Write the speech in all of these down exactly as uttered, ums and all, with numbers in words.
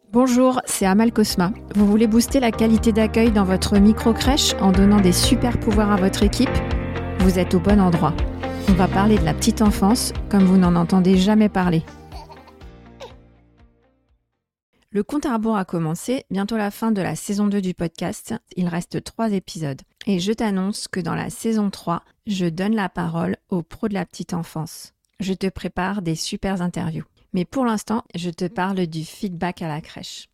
Bonjour, c'est Amal Cosma. Vous voulez booster la qualité d'accueil dans votre micro-crèche en donnant des super pouvoirs à votre équipe ? Vous êtes au bon endroit. On va parler de la petite enfance comme vous n'en entendez jamais parler. Le compte à rebours a commencé, bientôt la fin de la saison deux du podcast. Il reste trois épisodes. Et je t'annonce que dans la saison trois, je donne la parole aux pros de la petite enfance. Je te prépare des super interviews. Mais pour l'instant, je te parle du feedback à la crèche.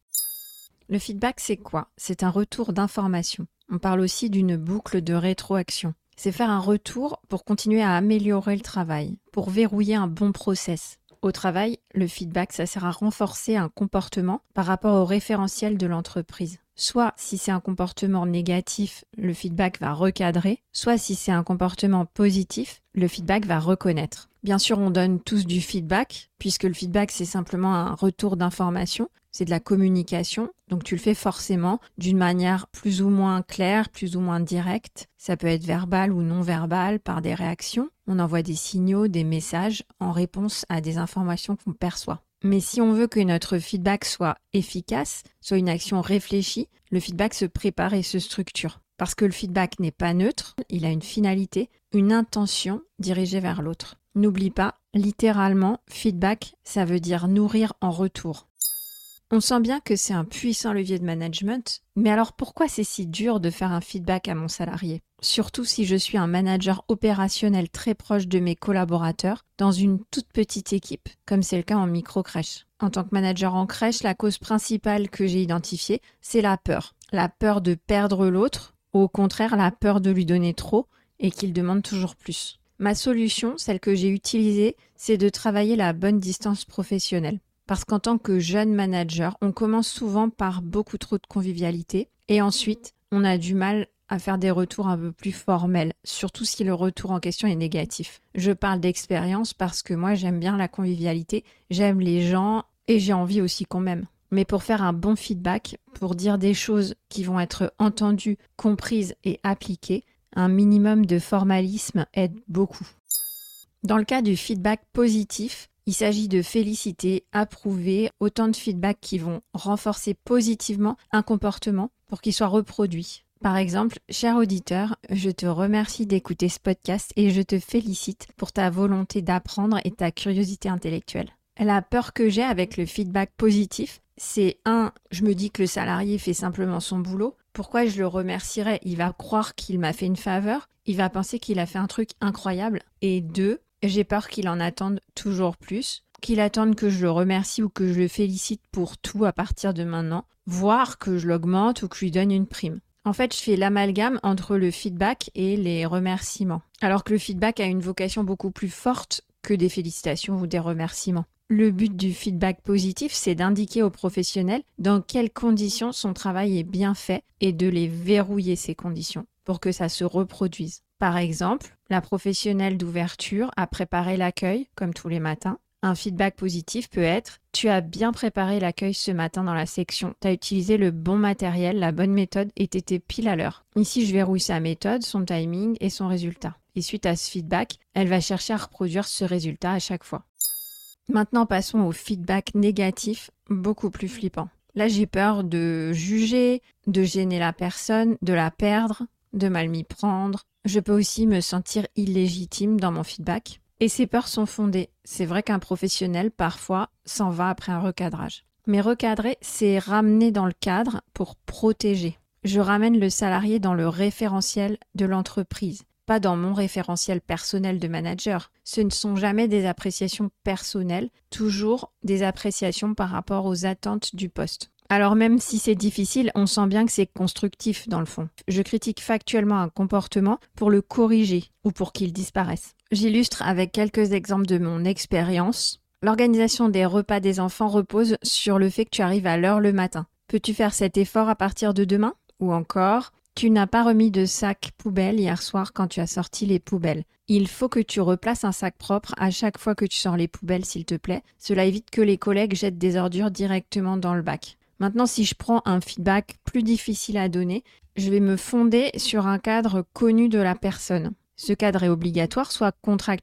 Le feedback, c'est quoi ? C'est un retour d'information. On parle aussi d'une boucle de rétroaction. C'est faire un retour pour continuer à améliorer le travail, pour verrouiller un bon process. Au travail, le feedback, ça sert à renforcer un comportement par rapport au référentiel de l'entreprise. Soit si c'est un comportement négatif, le feedback va recadrer, soit si c'est un comportement positif, le feedback va reconnaître. Bien sûr, on donne tous du feedback, puisque le feedback, c'est simplement un retour d'information, c'est de la communication, donc tu le fais forcément d'une manière plus ou moins claire, plus ou moins directe. Ça peut être verbal ou non verbal, par des réactions. On envoie des signaux, des messages en réponse à des informations qu'on perçoit. Mais si on veut que notre feedback soit efficace, soit une action réfléchie, le feedback se prépare et se structure. Parce que le feedback n'est pas neutre, il a une finalité, une intention dirigée vers l'autre. N'oublie pas, littéralement, feedback, ça veut dire nourrir en retour. On sent bien que c'est un puissant levier de management, mais alors pourquoi c'est si dur de faire un feedback à mon salarié ? Surtout si je suis un manager opérationnel très proche de mes collaborateurs dans une toute petite équipe, comme c'est le cas en micro-crèche. En tant que manager en crèche, la cause principale que j'ai identifiée, c'est la peur. La peur de perdre l'autre, ou au contraire la peur de lui donner trop et qu'il demande toujours plus. Ma solution, celle que j'ai utilisée, c'est de travailler la bonne distance professionnelle. Parce qu'en tant que jeune manager, on commence souvent par beaucoup trop de convivialité et ensuite, on a du mal à faire des retours un peu plus formels, surtout si le retour en question est négatif. Je parle d'expérience parce que moi, j'aime bien la convivialité, j'aime les gens et j'ai envie aussi qu'on m'aime. Mais pour faire un bon feedback, pour dire des choses qui vont être entendues, comprises et appliquées, un minimum de formalisme aide beaucoup. Dans le cas du feedback positif, il s'agit de féliciter, approuver, autant de feedbacks qui vont renforcer positivement un comportement pour qu'il soit reproduit. Par exemple, cher auditeur, je te remercie d'écouter ce podcast et je te félicite pour ta volonté d'apprendre et ta curiosité intellectuelle. La peur que j'ai avec le feedback positif, c'est un, je me dis que le salarié fait simplement son boulot. Pourquoi je le remercierais ? Il va croire qu'il m'a fait une faveur, il va penser qu'il a fait un truc incroyable. Et deux, j'ai peur qu'il en attende toujours plus, qu'il attende que je le remercie ou que je le félicite pour tout à partir de maintenant, voire que je l'augmente ou que je lui donne une prime. En fait, je fais l'amalgame entre le feedback et les remerciements, alors que le feedback a une vocation beaucoup plus forte que des félicitations ou des remerciements. Le but du feedback positif, c'est d'indiquer aux professionnels dans quelles conditions son travail est bien fait et de les verrouiller ces conditions pour que ça se reproduise. Par exemple, la professionnelle d'ouverture a préparé l'accueil, comme tous les matins. Un feedback positif peut être « Tu as bien préparé l'accueil ce matin dans la section. Tu as utilisé le bon matériel, la bonne méthode et tu étais pile à l'heure. » Ici, je verrouille sa méthode, son timing et son résultat. Et suite à ce feedback, elle va chercher à reproduire ce résultat à chaque fois. Maintenant, passons au feedback négatif, beaucoup plus flippant. Là, j'ai peur de juger, de gêner la personne, de la perdre, de mal m'y prendre. Je peux aussi me sentir illégitime dans mon feedback. Et ces peurs sont fondées. C'est vrai qu'un professionnel, parfois, s'en va après un recadrage. Mais recadrer, c'est ramener dans le cadre pour protéger. Je ramène le salarié dans le référentiel de l'entreprise, pas dans mon référentiel personnel de manager. Ce ne sont jamais des appréciations personnelles, toujours des appréciations par rapport aux attentes du poste. Alors même si c'est difficile, on sent bien que c'est constructif dans le fond. Je critique factuellement un comportement pour le corriger ou pour qu'il disparaisse. J'illustre avec quelques exemples de mon expérience. L'organisation des repas des enfants repose sur le fait que tu arrives à l'heure le matin. Peux-tu faire cet effort à partir de demain ? Ou encore, tu n'as pas remis de sac poubelle hier soir quand tu as sorti les poubelles. Il faut que tu replaces un sac propre à chaque fois que tu sors les poubelles, s'il te plaît. Cela évite que les collègues jettent des ordures directement dans le bac. Maintenant, si je prends un feedback plus difficile à donner, je vais me fonder sur un cadre connu de la personne. Ce cadre est obligatoire, soit contractuellement,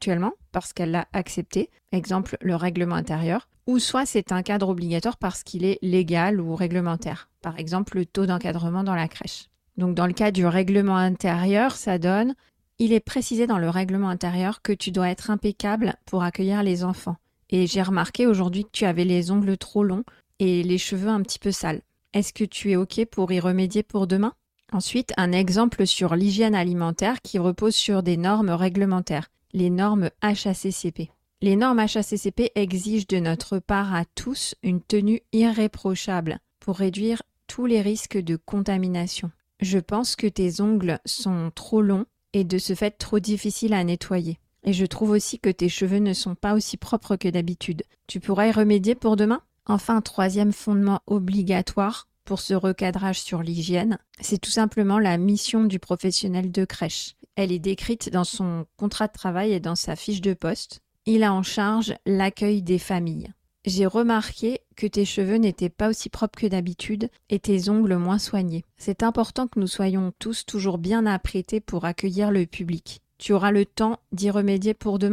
parce qu'elle l'a accepté, exemple le règlement intérieur, ou soit c'est un cadre obligatoire parce qu'il est légal ou réglementaire, par exemple le taux d'encadrement dans la crèche. Donc dans le cas du règlement intérieur, ça donne « Il est précisé dans le règlement intérieur que tu dois être impeccable pour accueillir les enfants. Et j'ai remarqué aujourd'hui que tu avais les ongles trop longs et les cheveux un petit peu sales. Est-ce que tu es OK pour y remédier pour demain ?» Ensuite, un exemple sur l'hygiène alimentaire qui repose sur des normes réglementaires, les normes H A C C P. Les normes H A C C P exigent de notre part à tous une tenue irréprochable pour réduire tous les risques de contamination. Je pense que tes ongles sont trop longs et de ce fait trop difficiles à nettoyer. Et je trouve aussi que tes cheveux ne sont pas aussi propres que d'habitude. Tu pourras y remédier pour demain ? Enfin, troisième fondement obligatoire pour ce recadrage sur l'hygiène, c'est tout simplement la mission du professionnel de crèche. Elle est décrite dans son contrat de travail et dans sa fiche de poste. Il a en charge l'accueil des familles. J'ai remarqué que tes cheveux n'étaient pas aussi propres que d'habitude et tes ongles moins soignés. C'est important que nous soyons tous toujours bien apprêtés pour accueillir le public. Tu auras le temps d'y remédier pour demain ?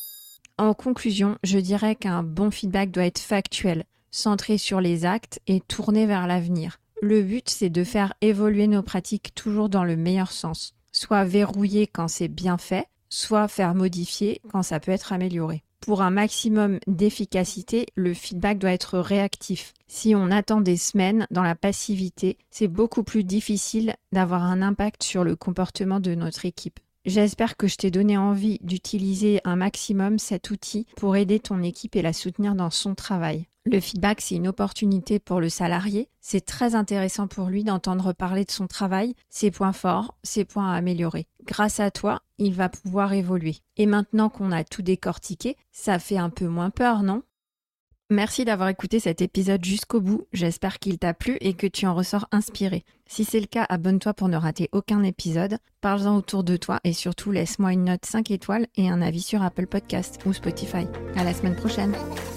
En conclusion, je dirais qu'un bon feedback doit être factuel, centré sur les actes et tourné vers l'avenir. Le but, c'est de faire évoluer nos pratiques toujours dans le meilleur sens, soit verrouiller quand c'est bien fait, soit faire modifier quand ça peut être amélioré. Pour un maximum d'efficacité, le feedback doit être réactif. Si on attend des semaines dans la passivité, c'est beaucoup plus difficile d'avoir un impact sur le comportement de notre équipe. J'espère que je t'ai donné envie d'utiliser un maximum cet outil pour aider ton équipe et la soutenir dans son travail. Le feedback, c'est une opportunité pour le salarié. C'est très intéressant pour lui d'entendre parler de son travail, ses points forts, ses points à améliorer. Grâce à toi, il va pouvoir évoluer. Et maintenant qu'on a tout décortiqué, ça fait un peu moins peur, non ? Merci d'avoir écouté cet épisode jusqu'au bout. J'espère qu'il t'a plu et que tu en ressors inspiré. Si c'est le cas, abonne-toi pour ne rater aucun épisode. Parle-en autour de toi et surtout laisse-moi une note cinq étoiles et un avis sur Apple Podcast ou Spotify. À la semaine prochaine.